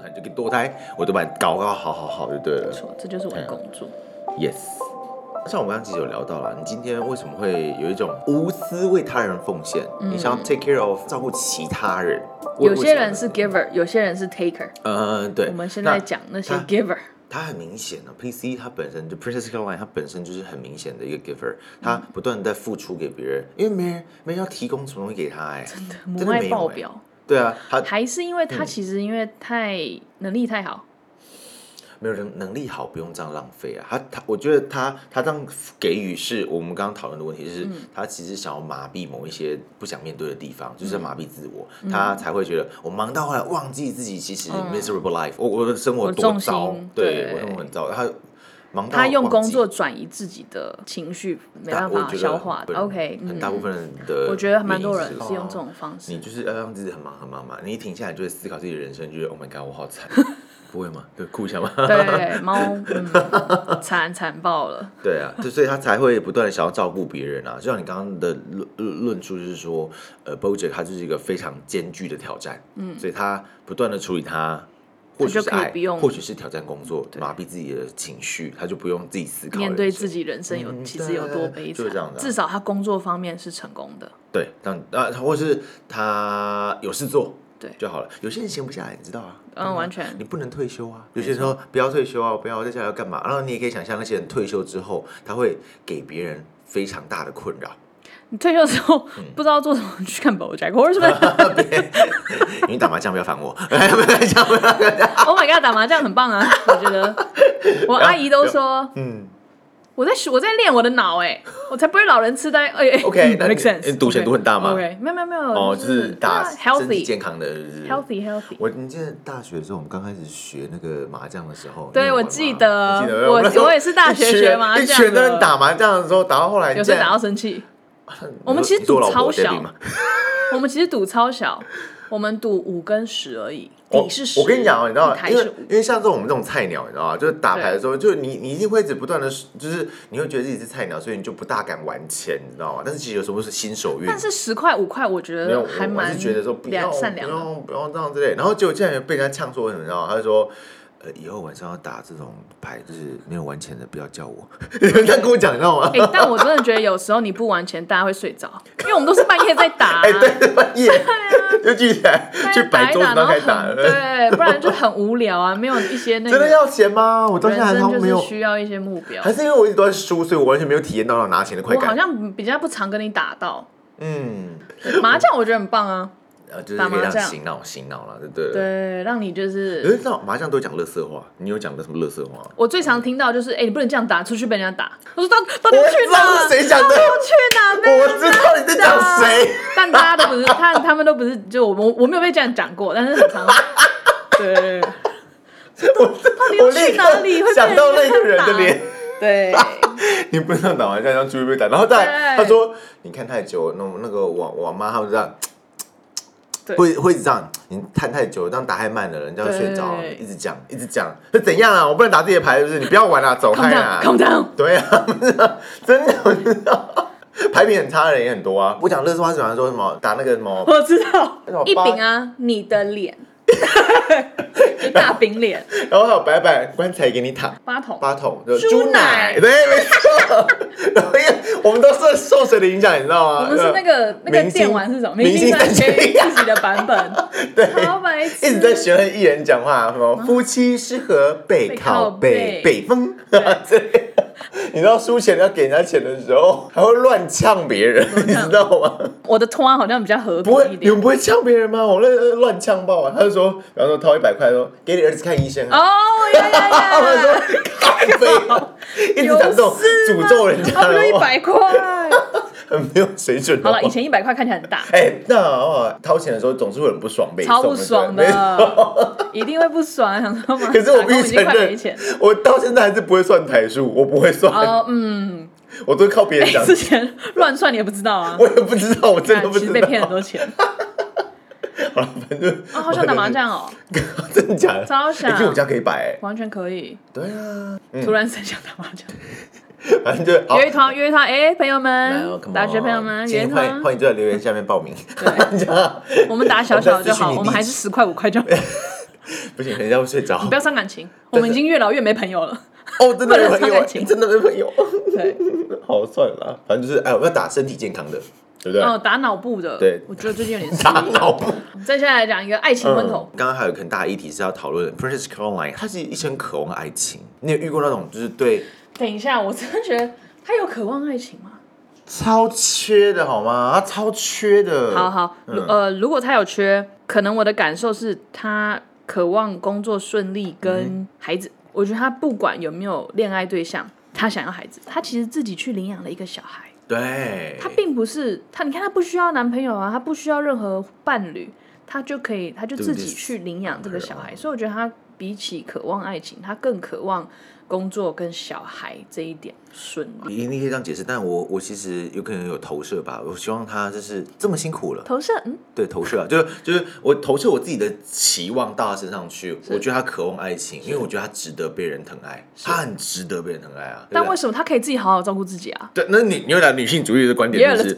看，就给堕胎，我都把你搞好就对了。 没错，这就是我的工作。 Yes。像我们刚刚其实有聊到了，你今天为什么会有一种无私为他人奉献？你想要 take care of 照顾其他人。 有些人是 giver， 有些人是 taker。 对。 我们现在讲那些 giver。 他很明显的 PC 他本身就 Princess Caroline 他本身就是很明显的一个 giver， 他不断的在付出给别人，因为没人要提供什么东西给他真的母爱爆表。 对啊， 还是因为他其实因为能力太好。 没有人能力好不用这样浪费啊！我觉得他这样给予是我们刚刚讨论的问题，就是他其实想要麻痹某一些不想面对的地方，就是麻痹自我，他才会觉得我忙到后来忘记自己其实 miserable life，我的生活多糟，对我生活很糟， 他用工作转移自己的情绪，没办法消化。OK， 很大部分人的， 我觉得蛮多人是用这种方式。 你就是要让自己很忙嘛，你一停下来就会思考自己的人生，就觉得 Oh my God， 我好惨。不会吗？对，哭一下吗？ 对，猫惨爆了。 对啊，所以他才会不断的想要照顾别人啊。就像你刚刚的论述，就是说，BoJack 他就是一个非常艰巨的挑战，所以他不断的处理他，或许是爱，或许是挑战工作，麻痹自己的情绪，他就不用自己思考面对自己人生其实有多悲惨，至少他工作方面是成功的。 对，或是他有事做。对就好了。有些人闲不下来，你知道啊？ 完全。 你不能退休啊！有些人说不要退休啊，不要在家里要干嘛？然后你也可以想象那些人退休之后，他会给别人非常大的困扰。 你退休之后不知道做什么，去看 BoJack Horseman。 你打麻将不要烦我。 Oh my god， 打麻将很棒啊！我觉得我阿姨都说，我在练我的脑我才不会老人痴呆。 OK， 那 make sense。 赌钱赌很大吗 ？OK， 没有。 就是打身体健康的 ，healthy。 你记得大学的时候，我们刚开始学那个麻将的时候， 对，我记得，我也是大学学麻将的。 一群人打麻将的时候，打到后来， 有时候打到生气。我们其实赌超小，我们其实赌超小，我们赌5跟10而已。底是10。 我跟你讲，你知道吗？因为像我们这种菜鸟，你知道吗？就是打牌的时候，就你一定会一直不断的，就是你会觉得自己是菜鸟，所以你就不大敢玩钱，你知道吗？但是其实有时候是新手运。 但是10块5块，我觉得还蛮我是觉得说不要善良的， 不要这样之类。然后结果竟然被人家呛说什么，你知道吗？他就说。以后晚上要打这种牌，就是没有玩钱的，不要叫我。有人这样跟我讲，你知道吗？ 但我真的觉得有时候你不玩钱，大家会睡着，因为我们都是半夜在打。 对，半夜就聚起来去摆桌子然后开始打了。 对，不然就很无聊啊，没有一些那个。 真的要钱吗？我到现在还没有。 需要一些目标。 还是因为我一直都在输，所以我完全没有体验到拿钱的快感。 我好像比较不常跟你打到。麻将我觉得很棒啊。 就是可以让醒脑了，对。 对，让你就是。 可是麻将都讲垃圾话，你有讲的什么垃圾话？ 我最常听到就是，你不能这样打，出去被人家打。我说到底要去哪？ 谁讲的？ 要去哪？ 我知道你在讲谁， 但大家都不是，他们都不是，就我没有被这样讲过，但是很常。对。到底要去哪里？会想到那个人的脸。 对。 你不能打麻将让猪被打，然后再他说你看太久，那个我妈他们这样。会一直这样，你看太久，这样打太慢了，人家会睡着。一直讲，是怎样啊？我不能打自己的牌，是不是？你不要玩了，走开啊 ！Calm down。 对啊，真的，我知道。牌品很差的人也很多啊。我讲乐视花喜欢说什么？打那个什么？ 我知道，一饼啊，你的脸。一大饼脸， 然后还有白板棺材给你躺八桶猪奶，对，没错。然后因为我们都是受谁的影响，你知道吗？ 我们是那个电玩是什么？明星三缺一自己的版本， 对， 好白痴， 一直在学艺人讲话，什么夫妻适合背靠背，北风，对。你知道输钱要给人家钱的时候，还会乱呛别人，你知道吗？ 我的通好像比较和平一点。 你们不会呛别人吗？我那乱呛爆啊！他就说，比方说掏100块，说给你儿子看医生。 哦呀！ 我说咖啡，一直讲这种诅咒人家的话。 100块， 很没有水准。 好了，以前100块看起来很大。 那掏钱的时候总是会很不爽， 超不爽的，一定会不爽，想说嘛。 可是我必须承认，我到现在还是不会算台数，我不会算。我都靠别人讲。 之前乱算你也不知道啊。 我也不知道，我真的不知道。 其实被骗很多钱。 好了，反正好想打麻将哦。 真的假的？ 超想。 去我家可以摆， 完全可以。 对啊。 突然很想打麻将。 反正就约一团，朋友们，大学朋友们，约一团， 欢迎就在留言下面报名。 我们打小小的就好，我们还是10块5块就好。 不行，人家会睡着。 你不要伤感情，我们已经越老越没朋友了。 哦，真的没朋友，真的没朋友。 对， 好，算了啦，反正就是我们要打身体健康的，对不对？ 打脑部的。 对， 我觉得最近有点打脑部。 再下来讲一个爱情昏头。 刚刚还有很大的议题是要讨论 Princess Caroline， 她是一生渴望爱情。你有遇过那种就是对？ 等一下，我真的觉得她有渴望爱情吗？ 超缺的好吗？她超缺的。 好，如果她有缺，可能我的感受是她渴望工作顺利跟孩子。我觉得她不管有没有恋爱对象，她想要孩子，她其实自己去领养了一个小孩。 对， 她并不是她，你看她不需要男朋友啊，她不需要任何伴侣，她就自己去领养这个小孩。所以我觉得她比起渴望爱情，她更渴望工作跟小孩这一点顺利。 你可以这样解释，但我其实有可能有投射吧。我希望他就是这么辛苦了， 投射， 对，投射啊，就是我投射我自己的期望到他身上去。我觉得他渴望爱情，因为我觉得他值得被人疼爱，他很值得被人疼爱啊。 但为什么他可以自己好好照顾自己啊？ 对，那你有点女性主义的观点 ，Yeah，let's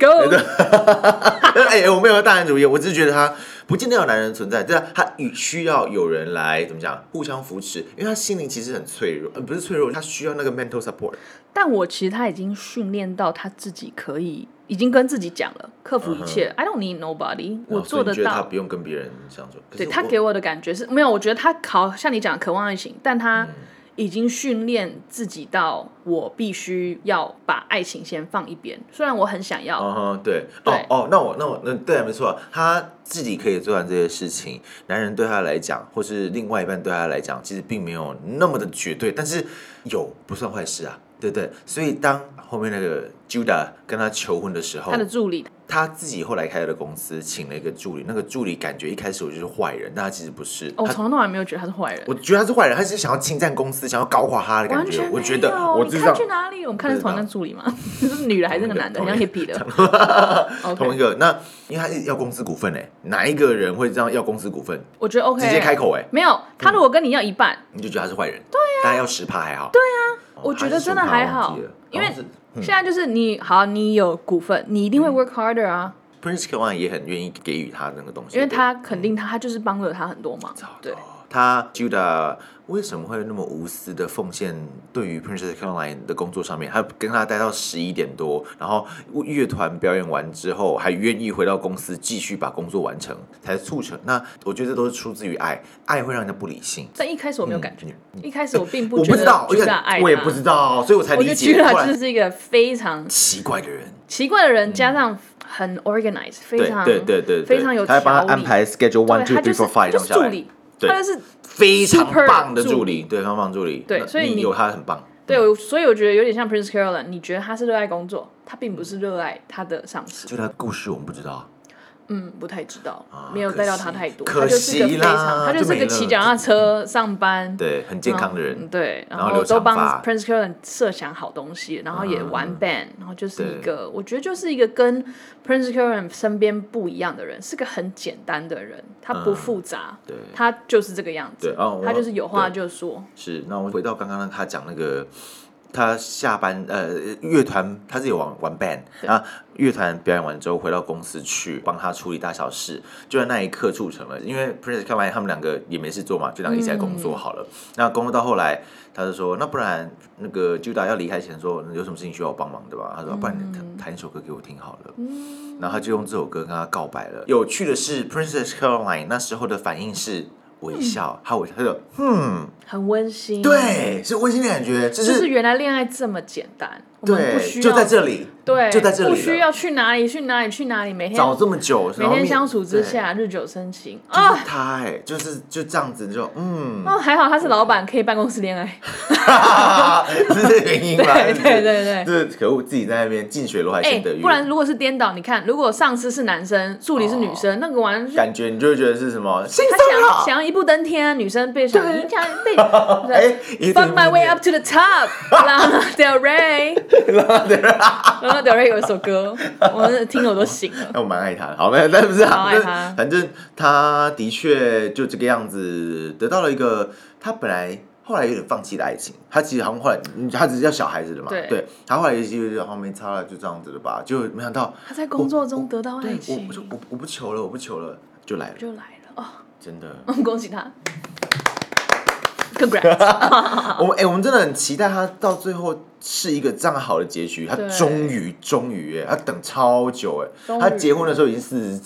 go。 我没有大男主义，我只是觉得他不见得有男人存在，对啊，他需要有人来怎么讲，互相扶持，因为他心灵其实很脆弱，不是脆弱，他需要那个 mental support。 但我其实他已经训练到他自己可以，已经跟自己讲了，克服一切。I don't need nobody， 我做得到。 你觉得他不用跟别人相处？ 对，他给我的感觉是没有，我觉得他像你讲渴望爱情，但他已经训练自己到我必须要把爱情先放一边，虽然我很想要。 对，那对，没错，他自己可以做完这些事情，男人对他来讲，或是另外一半对他来讲，其实并没有那么的绝对，但是有不算坏事啊，对不对？所以当后面那个 Judah 跟他求婚的时候， 他的助理， 他自己后来开了公司，请了一个助理。那个助理感觉一开始我就是坏人，但他其实不是。 我从来没有觉得他是坏人。 我觉得他是坏人，他是想要侵占公司，想要搞垮他的感觉。我觉得， 你看去哪里？我们看的是同一个助理吗？是女的还是那个男的？很像 hippie 的。 同一个。那因为他要公司股份哪一个人会这样要公司股份？ 我觉得 OK， 直接开口没有，他如果跟你要一半， 你就觉得他是坏人。 对啊， 大概要10%还好。 对啊，我觉得真的还好，因为现在就是你有股份，你一定会 work harder 啊。 Prince Caroline 也很愿意给予他那个东西， 因为他肯定他就是帮了他很多忙。对， 他 Judah 为什么会那么无私的奉献对于 Princess Caroline 的工作上面？他跟他待到11点多，然后乐团表演完之后，还愿意回到公司继续把工作完成，才促成。那我觉得这都是出自于爱，爱会让人家不理性。 但一开始我没有感觉，一开始我并不觉得 Judah 爱他， 我也不知道，所以我才理解。 我觉得 Judah 就是一个非常奇怪的人， 加上很 organized， 非常对， 非常有条理。 他还帮他安排 schedule 1 2 3 4 5， 他就是助理，他就是非常棒的助理，对，非常棒助理。 对，所以你有他很棒。 对，所以我觉得有点像 Princess Caroline， 你觉得他是热爱工作，他并不是热爱他的上司。 就他故事我们不知道。 不太知道，没有带到他太多。 可惜啦， 他就是个骑脚踏车上班， 对，很健康的人。 对，然后都帮 Princess Caroline 设想好东西，然后也玩 band，然后就是一个，我觉得就是一个跟 Princess Caroline 身边不一样的人，是个很简单的人，他不复杂， 对， 他就是这个样子，他就是有话就说。 是，那我回到刚刚他讲那个。他下班乐团他自己玩 band， 然后乐团表演完之后回到公司去帮他处理大小事，就在那一刻促成了。因为 Princess Caroline 他们两个也没事做嘛，就两个一起来工作好了。那工作到后来，他就说，那不然那个 Judah 要离开前说有什么事情需要我帮忙的吧？他说，不然你弹一首歌给我听好了。然后他就用这首歌跟他告白了。有趣的是 Princess Caroline 那时候的反应是微笑，他微笑，他就很温馨， 对，是温馨的感觉， 就是原来恋爱这么简单，我们不需要就在这里， 对， 就在这里， 不需要去哪里，每天找这么久， 每天相处之下，日久生情就是他就这样子就还好他是老板，可以办公室恋爱， 是这个原因吗？ 对， 就是可恶，自己在那边近水楼台先得月。 不然如果是颠倒，你看，如果上司是男生，助理是女生，那个完感觉你就会觉得是什么？ 他想要一步登天啊，女生被想影响被Fuck my way up to the top， Lana Del Rey，Lana Del Rey 有一首歌，我听了我都醒了。 我蛮爱他的，好没？但不是好爱他， 反正他的确就这个样子，得到了一个他本来后来有点放弃的爱情。他其实好像后来他只是要小孩子的嘛，对，他后来也就好像没差了，就这样子了吧？就没想到他在工作中得到爱情， 我不求了，就来了， 哦， 真的， 恭喜他。 Congrats 我们真的很期待他到最后是一个这样好的结局。他终于他等超久他结婚的时候已经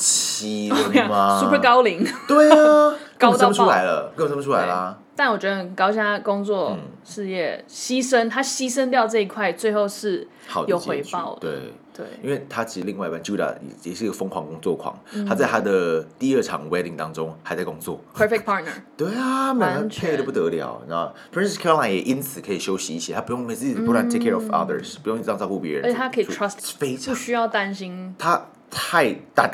47了吗 ？Super 高龄。 对啊， 高到爆， 根本生不出来啦。 但我觉得很高兴，他工作、事业他牺牲掉这一块，最后是有回报的。 对，因为他其实另外一半 Judah 也是一个疯狂工作狂，他在他的第2场 wedding 当中还在工作 ，perfect partner。 对啊，两个配的不得了，你知道 Princess Caroline 也因此可以休息一些，他不用每次不断 take care of others，不用这样照顾别人， 而且他可以 trust， 非常不需要担心他。太打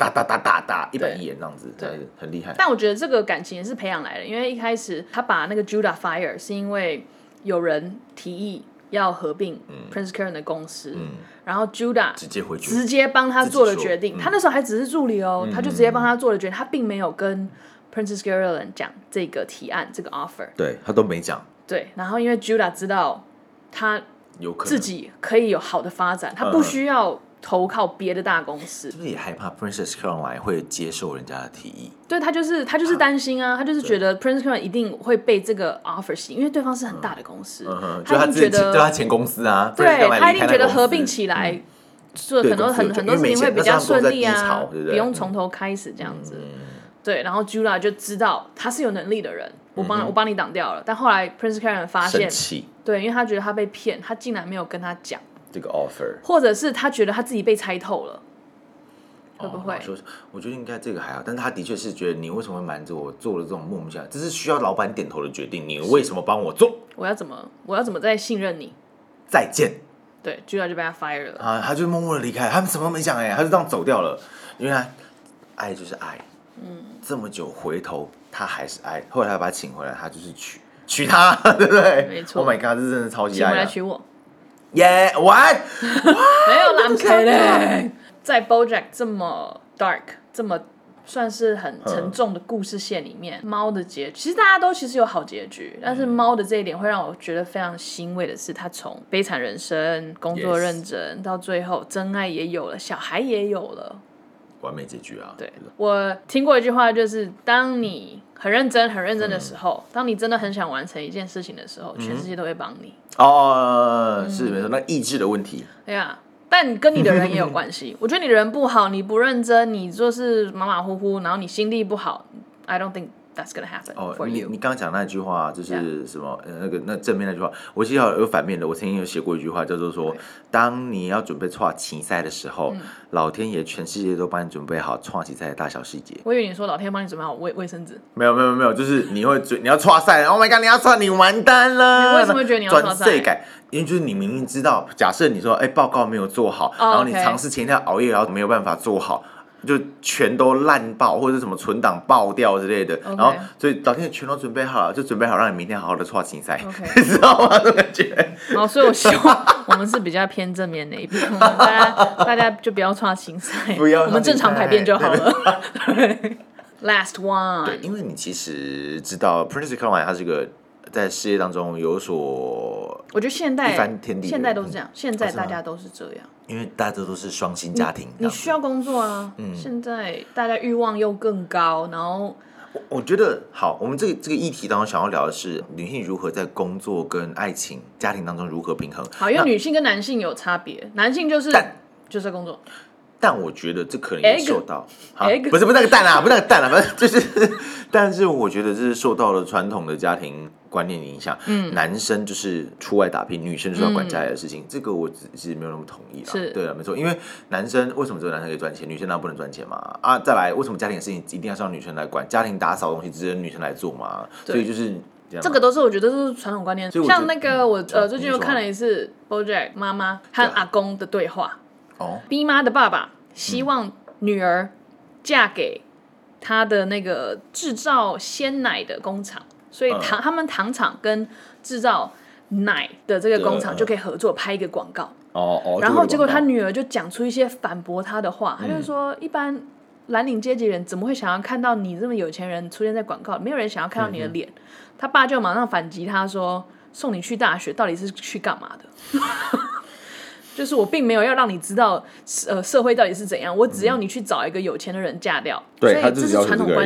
110眼这样子，对，很厉害。 但我觉得这个感情也是培养来的，因为一开始他把那个 Judah fire 是因为有人提议要合并 Princess Caroline 的公司，然后 Judah 直接帮他做了决定。他那时候还只是助理他就直接帮他做了决定，他并没有跟 Princess Caroline 讲这个提案这个 offer， 对他都没讲。 对，然后因为 Judah 知道他自己可以有好的发展，他不需要投靠别的大公司， 是不是也害怕 Princess Caroline 会接受人家的提议？ 对，他就是担心啊，他就是觉得 Princess Caroline 一定会被这个 offer 吸引，因为对方是很大的公司， 他一定觉得对他前公司啊， 对他一定觉得合并起来，做很多事情会比较顺利啊，不用从头开始这样子。对，然后 Judah 就知道他是有能力的人，我帮你挡掉了。但后来 Princess Caroline 发现，对，因为他觉得他被骗，他竟然没有跟他讲这个 offer， 或者是他觉得他自己被猜透了，会不会？ 我觉得应该这个还好，但是他的确是觉得你为什么会瞒着我做了这种莫名其妙，这是需要老板点头的决定，你为什么帮我做？ 我要怎么再信任你？ 再见。 对 ，Judah 就被他 fire 了他就默默的离开，他们什么都没讲他就这样走掉了，因为他爱就是爱，这么久回头他还是爱，后来他把他请回来，他就是娶他，对不对？ 没错。 Oh my god， 这真的超级爱的。 请回来娶我。 Yeah，what？ 没有啦，可能在 BoJack 这么 dark， 这么算是很沉重的故事线里面，猫的结局其实大家都其实有好结局，但是猫的这一点会让我觉得非常欣慰的是，他从悲惨人生、工作认真到最后真爱也有了，小孩也有了。 完美结局啊！ 对，我听过一句话，就是当你很认真的时候，当你真的很想完成一件事情的时候，全世界都会帮你。 是没错，那意志的问题。 对啊，但跟你的人也有关系。我觉得你的人不好，你不认真，你就是马马虎虎，然后你心地不好 ，I don't think that's gonna happen for you。 你刚刚讲那句话就是什么？那正面那句话，我记得有反面的。我曾经有写过一句话，叫做说，当你要准备创棋赛的时候，老天爷全世界都帮你准备好创棋赛的大小细节。 我以为你说老天爷帮你准备好卫生纸。 没有，就是你要创赛 ，Oh my god， 你要创，你完蛋了。 你为什么觉得你要创赛？ 因为就是你明明知道，假设你说，报告没有做好，然后你尝试前一天熬夜，然后没有办法做好。就全都烂爆，或者是什么存档爆掉之类的，然后所以老天爷全都准备好了，就准备好让你明天好好的创竞赛，你知道吗？这种感觉。 所以我希望我们是比较偏正面那一边，大家就不要创竞赛，我们正常排便就好了。Last one， 对，因为你其实知道 Princess Caroline 她是个在事业当中有所， 我觉得现一番天地， 现在都是这样，现在大家都是这样。 因为大家都是双薪家庭， 你需要工作啊。现在大家欲望又更高，然后我觉得好，我们这个议题当中想要聊的是女性如何在工作跟爱情、家庭当中如何平衡。 好，因为女性跟男性有差别，男性就是工作。 但我觉得这可能也受到，不是那个蛋啊，不是那个蛋啊，反正就是，但是我觉得这是受到了传统的家庭观念影响。男生就是出外打拼，女生就是要管家里的事情，这个我其实没有那么同意啦。对啊，没错，因为男生为什么只有男生可以赚钱，女生当然不能赚钱嘛？再来，为什么家庭的事情一定要让女生来管？家庭打扫的东西只有女生来做嘛？所以就是这个都是我觉得这是传统观念。像那个我最近又看了一次 BoJack 妈妈和阿公的对话。B 妈的爸爸希望女儿嫁给他的那个制造鲜奶的工厂，所以他们糖厂跟制造奶的这个工厂就可以合作拍一个广告。然后结果他女儿就讲出一些反驳他的话，他就说一般蓝领阶级人怎么会想要看到你这么有钱人出现在广告？没有人想要看到你的脸。他爸就马上反击他说：“送你去大学到底是去干嘛的？”就是我并没有要让你知道，社会到底是怎样，我只要你去找一个有钱的人嫁掉。所以这是传统观念。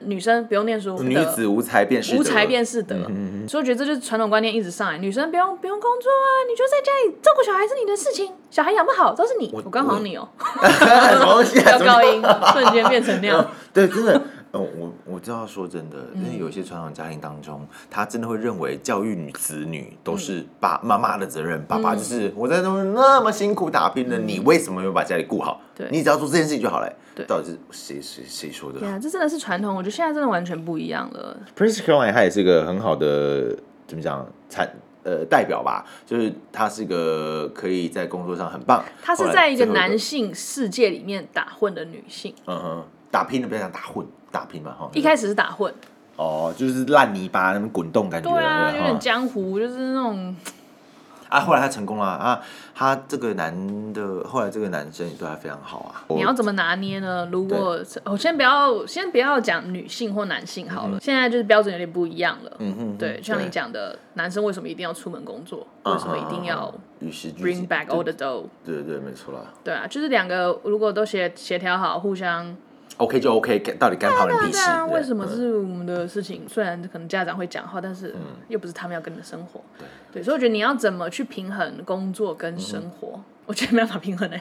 女生不用念书， 女子无才便是德， 无才便是德。所以我觉得这就是传统观念一直上来，女生不用工作啊，你就在家里照顾小孩是你的事情，小孩养不好都是你。我刚好你哦，飙高音，瞬间变成那样。 对，真的。我知道，说真的，因为有些传统家庭当中，他真的会认为教育子女都是妈妈的责任，爸爸就是我在那么辛苦打拼的，你为什么没有把家里顾好？你只要做这件事情就好了。到底是谁说的？ 对啊，这真的是传统，我觉得现在真的完全不一样了。 Princess Caroline 他也是一个很好的怎么讲代表吧，就是他是个可以在工作上很棒， 他是在一个男性世界里面打混的女性， 打拼的不要讲打拼嘛哈， 一开始是打混， 就是烂泥巴那边滚动感觉， 对啊，有点江湖，就是那种。 后来他成功了啊！他这个后来这个男生也对他非常好啊。 你要怎么拿捏呢？如果先不要讲女性或男性好了，现在就是标准有点不一样了。对，像你讲的，男生为什么一定要出门工作？为什么一定要 bring back all the dough？ 对，没错啦。 对啊，就是两个如果都协调好，互相。 OK 就 OK， 到底干旁人屁事？ 为什么是我们的事情？虽然可能家长会讲话，但是又不是他们要跟你的生活。对，所以我觉得你要怎么去平衡工作跟生活，我觉得没办法平衡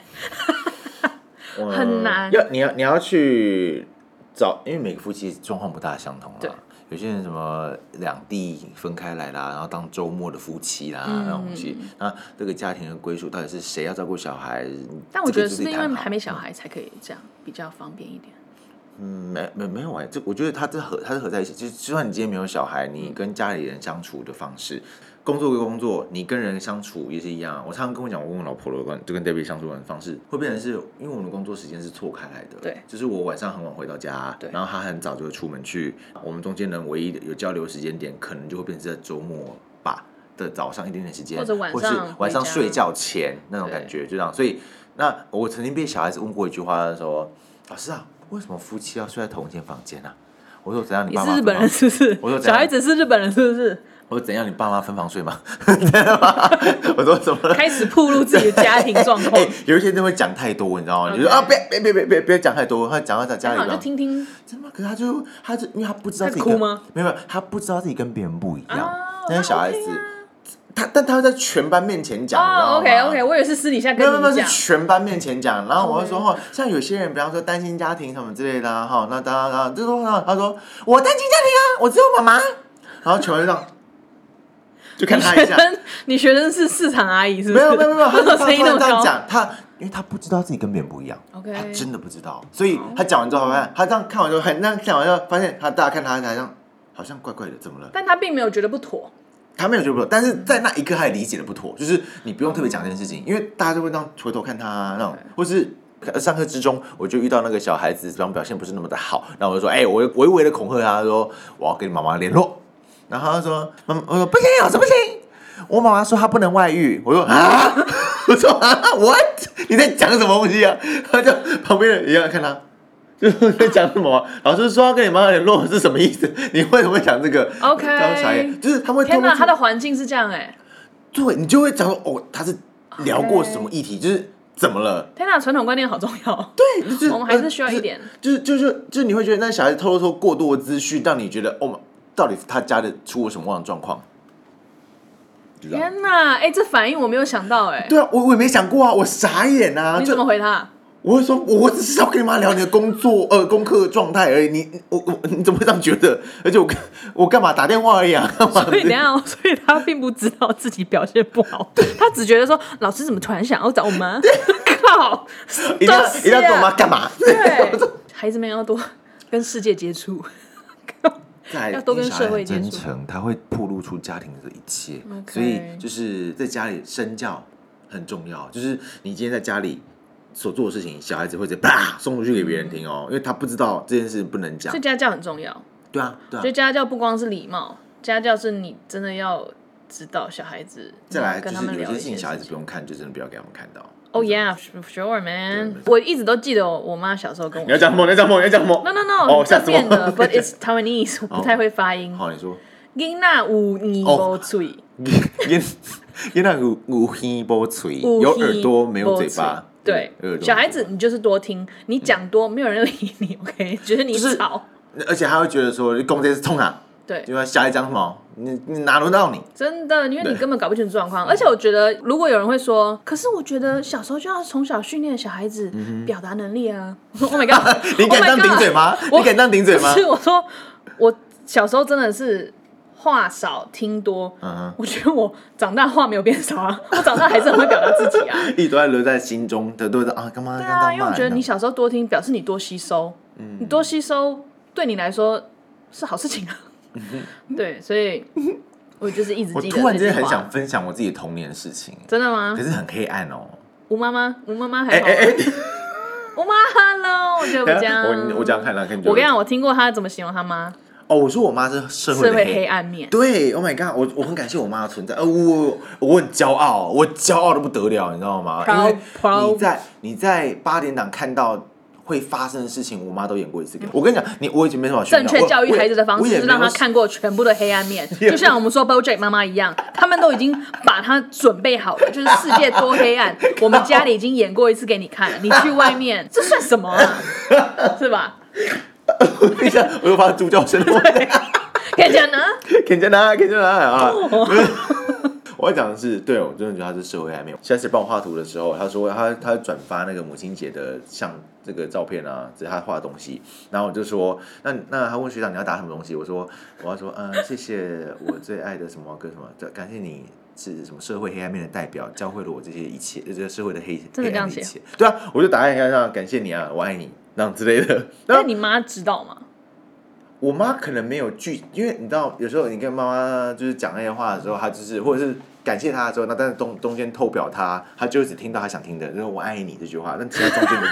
很难。 你要去找，因为每个夫妻状况不大相同啦。有些人什么两地分开来啦，然后当周末的夫妻啦，那种东西。那这个家庭的归属到底是谁要照顾小孩？ 但我觉得是因为还没小孩才可以这样比较方便一点。 没有这我觉得它是合在一起。就算你今天没有小孩，你跟家里人相处的方式，工作归工作，你跟人相处也是一样。我常常跟我老婆的就跟 Debbie 相处的方式，会变成是因为我们的工作时间是错开来的。 对， 就是我晚上很晚回到家，然后他很早就会出门去，我们中间人唯一有交流时间点，可能就会变成在周末吧的早上一点点时间，或是晚上睡觉前那种感觉，就这样。所以，那我曾经被小孩子问过一句话，他说：“老师啊，为什么夫妻要睡在同一间房间啊？”我说：“怎样？你爸妈？” 你是日本人是不是？我说：“小孩子是日本人是不是？” 我说：“怎样？你爸妈分房睡吗？”我说：“怎么开始暴露自己的家庭状况？ 有一些人会讲太多，你知道吗？就是别讲太多，他讲到家里， 就听听。 真的吗？可是他就因为他不知道自己哭吗？ 没有，他不知道自己跟别人不一样。那些小孩子。但他会在全班面前讲，你知道吗？ OK， 我以为是私底下跟你讲， 没有是全班面前讲。然后我就说像有些人，比方说单亲家庭什么之类的哈，那当然就说他说我单亲家庭啊，我只有妈妈。然后全班就这样，就看他一下。 你学生是市场阿姨是不是？ 没有，他声音那么高。 因为他不知道自己跟别人不一样， OK， 他真的不知道。所以他讲完之后，他这样看完之后，发现大家看他好像怪怪的，怎么了？ 但他并没有觉得不妥。 他没有觉得不妥，但是在那一刻他也理解了不妥，就是你不用特别讲这件事情，因为大家就会这样回头看他那种，或是上课之中，我就遇到那个小孩子，比方表现不是那么的好，然后我就说，我微微的恐吓他说，我要跟你妈妈联络，然后他说，我说不行，我说不行，我妈妈说她不能外遇，我说啊，what？ 你在讲什么东西啊？他就旁边人一样看他。就是在讲什么？老师说要跟你妈妈联络是什么意思？你为什么会讲这个 ？OK， 就是他会天哪，他的环境是这样对，你就会讲说他是聊过什么议题，就是怎么了？ 天哪，传统观念好重要。 对，就是我们还是需要一点， 就是你会觉得那小孩子透露出过多的资讯，让你觉得到底他家里出了什么样的状况？ 天哪，这反应我没有想到对啊，我也没想过啊，我傻眼啊！ 你怎么回他？ 我会说，我只是要跟你妈聊你的功课状态而已。你怎么会这样觉得？而且我干嘛打电话而已啊？ 所以他并不知道自己表现不好，他只觉得说老师怎么突然想要找我妈？靠！ 一定要跟我妈干嘛？ 对，孩子们要多跟世界接触，要多跟社会接触。 真诚，他会暴露出家庭的一切，所以就是在家里身教很重要。就是你今天在家里所做的事情，小孩子会直接啪送出去给别人听因为他不知道这件事不能讲。 所以家教很重要。 对啊。 所以家教不光是礼貌，家教是你真的要知道小孩子。 再来跟他们聊就是有些事情小孩子不用看，就真的不要给他们看到。 Oh yeah, sure, man. 我一直都记得我妈小时候跟我说。 你要讲什么？ No， 这边的 ，but it's Taiwanese， 我不太会发音。 好，你说。 囡仔有耳无嘴。 囡仔有耳无嘴，有耳朵没有嘴巴。 对，小孩子你就是多听，你讲多没有人理你 ，OK？ 觉得你吵。 而且他会觉得说你公这是冲啊， 对， 就说小孩讲什么，你哪轮到你？ 真的，因为你根本搞不清楚状况。而且我觉得，如果有人会说，可是我觉得小时候就要从小训练小孩子表达能力啊。Oh my god！ 你敢当顶嘴吗？你敢当顶嘴吗？ 不是，我说我小时候真的是话少听多，我觉得我长大话没有变少啊，我长大还是很会表达自己啊， 一直都在留在心中的，都是啊，干嘛？ 对啊，因为我觉得你小时候多听，表示你多吸收，你多吸收对你来说是好事情啊。对，所以我就是一直记得。 我突然间很想分享我自己的童年的事情， 真的吗？ 可是很黑暗哦。 吴妈妈还好。吴妈 ，Hello， 我觉得不这样。 我这样看了，跟我跟你讲，我听过她怎么形容她妈。 哦，我说我妈是社会的黑暗面。 对 ，Oh my god，我很感谢我妈的存在。我很骄傲，我骄傲的不得了，你知道吗？因为你在8点档看到会发生的事情，我妈都演过一次给我。我跟你讲，我已经没什么正确教育孩子的方式是让他看过全部的黑暗面，就像我们说 BoJack 妈妈一样，他们都已经把他准备好了，就是世界多黑暗，我们家里已经演过一次给你看了，你去外面这算什么啊？是吧？ 等一下，我又发出猪叫声了。 可以讲呢？ 可以讲啊！我要讲的是，对，我真的觉得他是社会黑暗面。下次帮我画图的时候，他说他转发那个母亲节的像这个照片啊，这是他画的东西。然后我就说，那他问学长你要打什么东西？我要说，谢谢我最爱的什么跟什么，感谢你是什么社会黑暗面的代表，教会了我这些一切，这个社会的黑暗的一切。对啊，我就打在上，感谢你啊，我爱你，那样之类的。 那你妈知道吗？ 我妈可能没有因为你知道，有时候你跟妈妈就是讲那些话的时候，她就是或者是感谢她的时候，那但是中间偷表她就只听到她想听的，就是我爱你这句话，但其他中间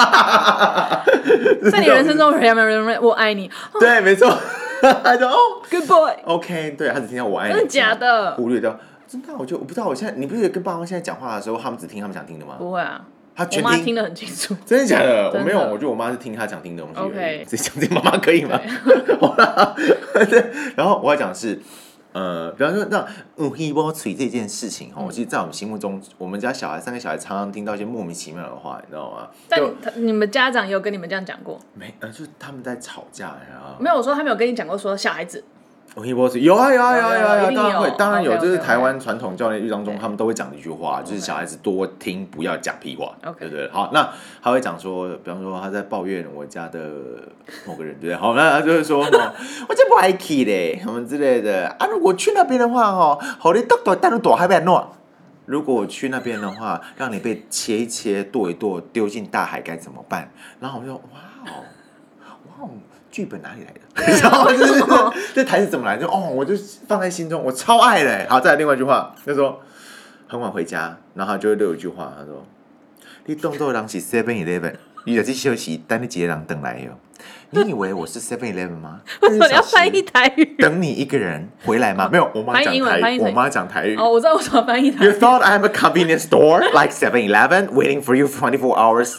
的在你人生中，我爱你， 对，没错，她就 good boy，OK， 对，她只听到我爱你， 真的假的？ 忽略掉，真的，我不知道，我现在你不是跟爸妈现在讲话的时候，他们只听他们想听的吗？ 不会啊。 我妈听得很清楚， 真的假的？我没有，我觉得我妈是听她想听的东西。 OK， 自己讲听妈妈可以吗？然后我要讲的是，比方说那黑波嘴这件事情哈，其实在我们心目中，我们家3个小孩常常听到一些莫名其妙的话，你知道吗？ 但你们家长有跟你们这样讲过？ 没，就是他们在吵架呀。 没有，我说他没有跟你讲过说小孩子。 有啊，当然有，就是台湾 OK 传统教育当中，他们都会讲的一句话，就是小孩子多听，不要讲屁话，对不对？好，那他会讲说，比方说他在抱怨我家的某个人，对不对？好，那他就会说，我这不爱去嘞，什么之类的啊。如果去那边的话，好你带你躲还变弄。如果我去那边的话，让你被切一切、剁一剁，丢进大海该怎么办？然后我就说，哇哦。剧本哪里来的？然后就是这台词怎么来？我就放在心中，我超爱的。好，再来另外一句话，他说很晚回家，然后他就会留一句话，他说：“你当作人是 7-11， 你就去休息，等你一个人等来哟。你以为我是 7-11 吗？ 为什么你要翻译台语？ 等你一个人回来吗？没有，我妈讲台语，我妈讲台语。 哦，我知道为什么翻译台语。 You thought I'm a convenience store like 7-11, waiting for you 24 hours?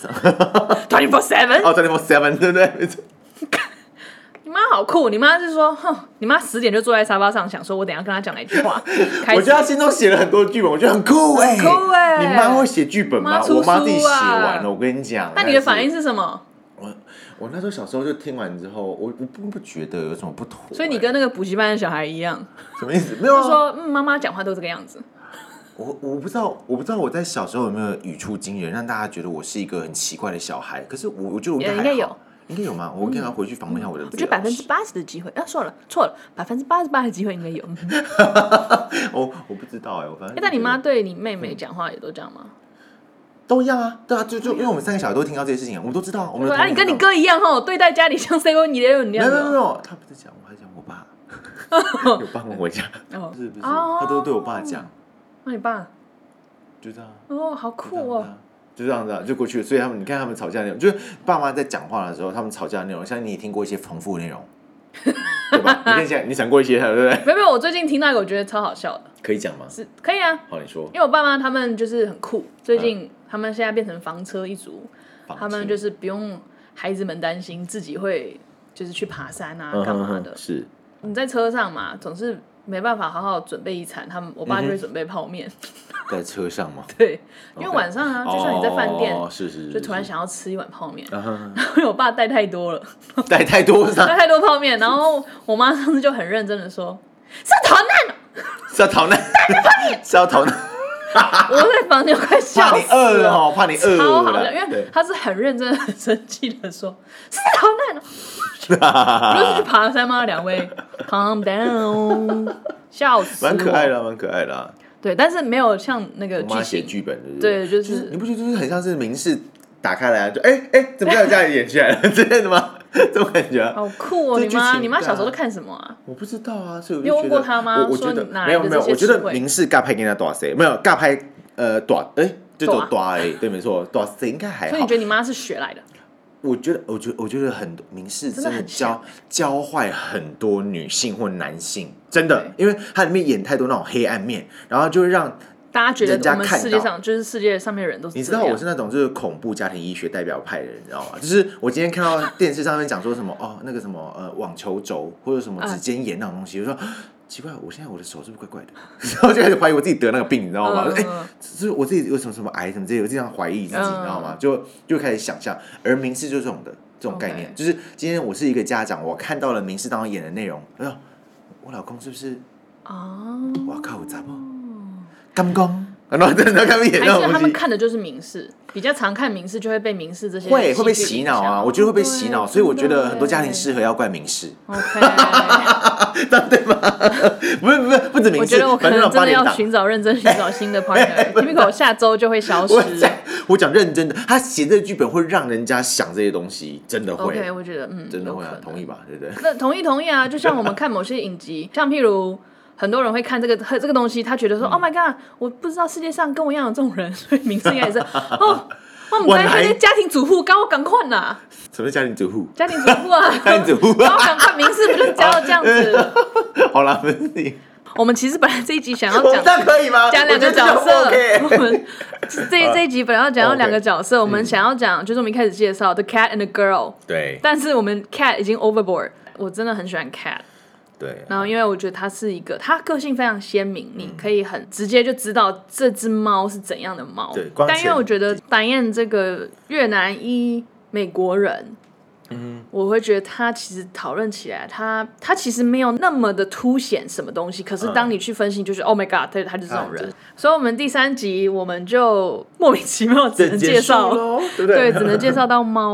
24/7？ 哦 ，24/7， 对不对？没错。 你妈好酷！你妈是说，你妈10点就坐在沙发上，想说我等一下跟她讲哪句话。 我觉得她心中写了很多剧本，我觉得很酷哎。 酷哎！ 你妈会写剧本吗？我妈自己写完了，我跟你讲。 那你的反应是什么？ 我那时候小时候就听完之后，我不觉得有什么不妥。 所以你跟那个补习班的小孩一样。 什么意思？没有、啊。 就说妈妈讲话都这个样子。 我不知道我在小时候有没有语出惊人，让大家觉得我是一个很奇怪的小孩。可是我觉得我应该有。应该有吗？我跟他回去访问一下我的。 我觉得80%的机会，错了，88%的机会应该有。 我不知道我反正。 但你妈对你妹妹讲话也都这样吗？ 都一样啊，对啊，就因为我们3个小孩都听到这些事情，我们都知道。我们你跟你哥一样对待家里像 7-11那样。 没有，他不是讲我，还讲我爸。有爸问我讲，不是，他都对我爸讲。 那你爸？ 就这样。 好酷哦。 就这样子就过去了，所以你看他们吵架的内容，就是爸妈在讲话的时候，他们吵架的内容，相信你也听过一些重复的内容，对吧？你想过一些，对不对？ 没有，我最近听到一个我觉得超好笑的， 可以讲吗？ 是可以啊。 好，你说。 因为我爸妈他们就是很酷，最近他们现在变成房车一族，他们就是不用孩子们担心自己会就是去爬山啊干嘛的。 是。 你在车上嘛，总是没办法好好准备一餐，我爸就会准备泡面。 在车上吗？ 对，因为晚上啊，就像你在饭店， 是就突然想要吃一碗泡面，然后因为我爸带太多了， 带太多泡面，然后我妈上次就很认真的说：“是要逃难哦， 是要逃难，是要逃难。” 我在房间快笑死了， 怕你饿超好笑，因为他是很认真、很生气的说：“是在逃难哦。”不就是去爬山吗？两位 ，calm down， 笑死我， 蛮可爱的，蛮可爱的、啊。 对，但是没有像那个我妈写剧本， 对，就是你不觉得就是很像是民视打开来就怎么在家里演起来了之类的吗？这种感觉、啊、 好酷哦！你妈小时候都看什么啊？ 我不知道啊，所以我就觉得你有问过她吗？ 我觉得没有， 我觉得民视尬拍跟他大谁没有尬拍短就走大对，没错，大谁应该还好。 所以你觉得你妈是学来的？ 我觉得很多民视真的教坏很多女性或男性，真的，因为它里面演太多那种黑暗面，然后就会让大家觉得我们世界上就是世界上面的人都是这样。 你知道我是那种就是恐怖家庭医学代表派的人，你知道吗？就是我今天看到电视上面讲说什么那个什么网球肘或者什么指尖炎那种东西，我说奇怪，我现在我的手是不是怪怪的？然后就开始怀疑我自己得那个病，你知道吗？是我自己有什么癌什么之类的，我这样怀疑自己，你知道吗？就开始想象，而民视就是这种概念，就是今天我是一个家长，我看到了民视当中演的内容，我老公是不是？我靠，我咋不？刚刚。然后真的看演那种东西， 还是他们看的就是民视，比较常看民视，就会被民视这些会被洗脑啊！我觉得会被洗脑，所以我觉得很多家庭适合要怪民视。 OK， 对吗？不止民视， 我觉得我可能真的要寻找新的 partner。Kimiko 下周就会消失。 我讲认真的，他写这个剧本会让人家想这些东西，真的会。 OK， 我觉得真的会啊，同意吧？对不对？ 那同意啊！就像我们看某些影集，像譬如。很多人会看这个东西，他觉得说、Oh my god， 我不知道世界上跟我一样有这种人，所以民视应该也是我们在那些家庭主妇，赶快啦！ 什么是家庭主妇？ 家庭主妇啊， 家庭主妇， 赶快民视不就教到这样子？ 好啦，没问题。 我们其实本来这一集想要讲，这样可以吗？ 讲两个角色。我们这一集本来要讲到两个角色， okay， 我们想要讲就是我们一开始介绍 The Cat and the Girl， 对。 但是我们 Cat 已经 overboard， 我真的很喜欢 Cat。 对， 然后因为我觉得他是一个，他个性非常鲜明，你可以很直接就知道这只猫是怎样的猫。 对， 但因为我觉得Diane这个越南裔美国人，我会觉得他其实讨论起来，他其实没有那么的凸显什么东西，可是当你去分析，就是 Oh my God， 他就是这种人。所以我们第3集我们就莫名其妙只能介绍， 对不对？ 对，只能介绍到猫。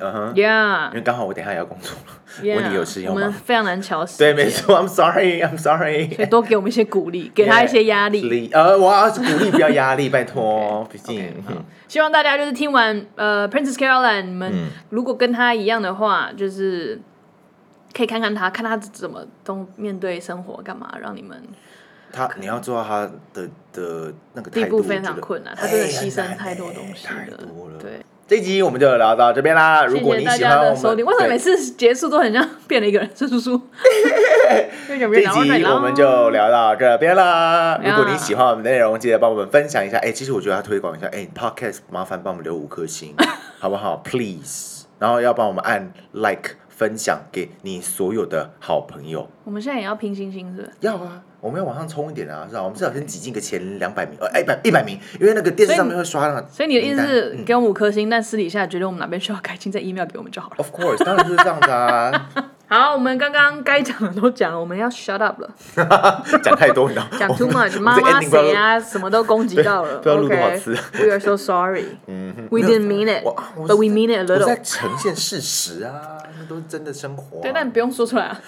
Yeah， 因为刚好我等一下也要工作了。我也有事要忙， 我们非常难调时对， 间。 没错 ，I'm sorry， 所以多给我们一些鼓励，给他一些压力。 我要鼓励，不要压力，拜托。毕竟， 希望大家就是听完Princess Caroline， 你们如果跟他一样的话，就是可以看他怎么都面对生活，干嘛让你们。 你要做到他的那个地步非常困难，他真的牺牲太多东西了， 太多了。 对。 这一集我们就聊到这边啦。如果你喜欢我们， 为什么每次结束都很像变了一个人？是叔叔。 这一集我们就聊到这边啦。如果你喜欢我们的内容，记得帮我们分享一下。其实我觉得要推广一下，Podcast 麻烦帮我们留5颗星，好不好 ？Please， 然后要帮我们按 Like 分享给你所有的好朋友。 我们现在也要拼星星是不是？ 要啊。我们要往上冲一点啊，是吧？我们至少先挤进个前200名，100名，因为那个电视上面会刷那个。 所以你的意思是给我们5颗星，但私底下觉得我们哪边需要改进，再 email 给我们就好了。 Of course， 当然就是这样子啊。 好，我们刚刚该讲的都讲了，我们要 shut up 了。 讲太多，你知道？ 讲 too much， 妈妈谁啊，什么都攻击到了。 不知道录多少次。 We are so sorry. We didn't mean it, but we mean it a little. 我在呈现事实啊，那都是真的生活。 对，但你不用说出来啊。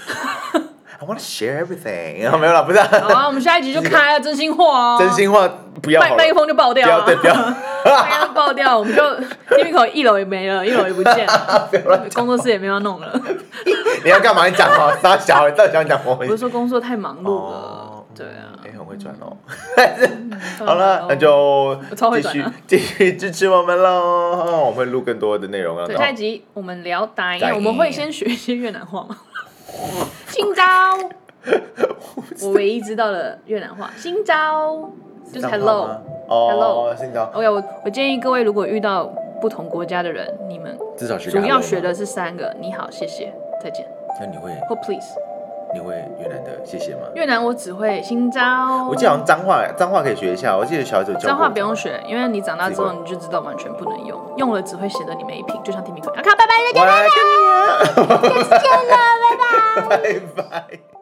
I want to share everything， 没有了，不是。 好啊，我们下一集就开了真心话哦。 真心话不要， 麦克风就爆掉， 不要， 麦克风爆掉，我们就Kimiko 1楼也没了，1楼也不见了，工作室也没有弄了。 你要干嘛？你讲哦，傻小，你到底想讲什么？ 我是说工作太忙碌了，对啊。 很会转哦。好了，那就继续支持我们喽。我们会录更多的内容啊。 下一集我们聊打印，我们会先学一些越南话吗？新招，我唯一知道的越南话，新招就是 hello，hello， 新招。 OK， 我建议各位如果遇到不同国家的人，你们至少学主要学的是3个，你好，谢谢，再见。 那你会或 please， 你会越南的谢谢吗？ 越南我只会新招。 我记得好像脏话可以学一下，我记得小孩子有教过。 脏话不用学，因为你长大之后你就知道完全不能用，用了只会显得你没品，就像听米可。好，拜拜，再见，拜拜，下次见了，拜拜， 拜拜。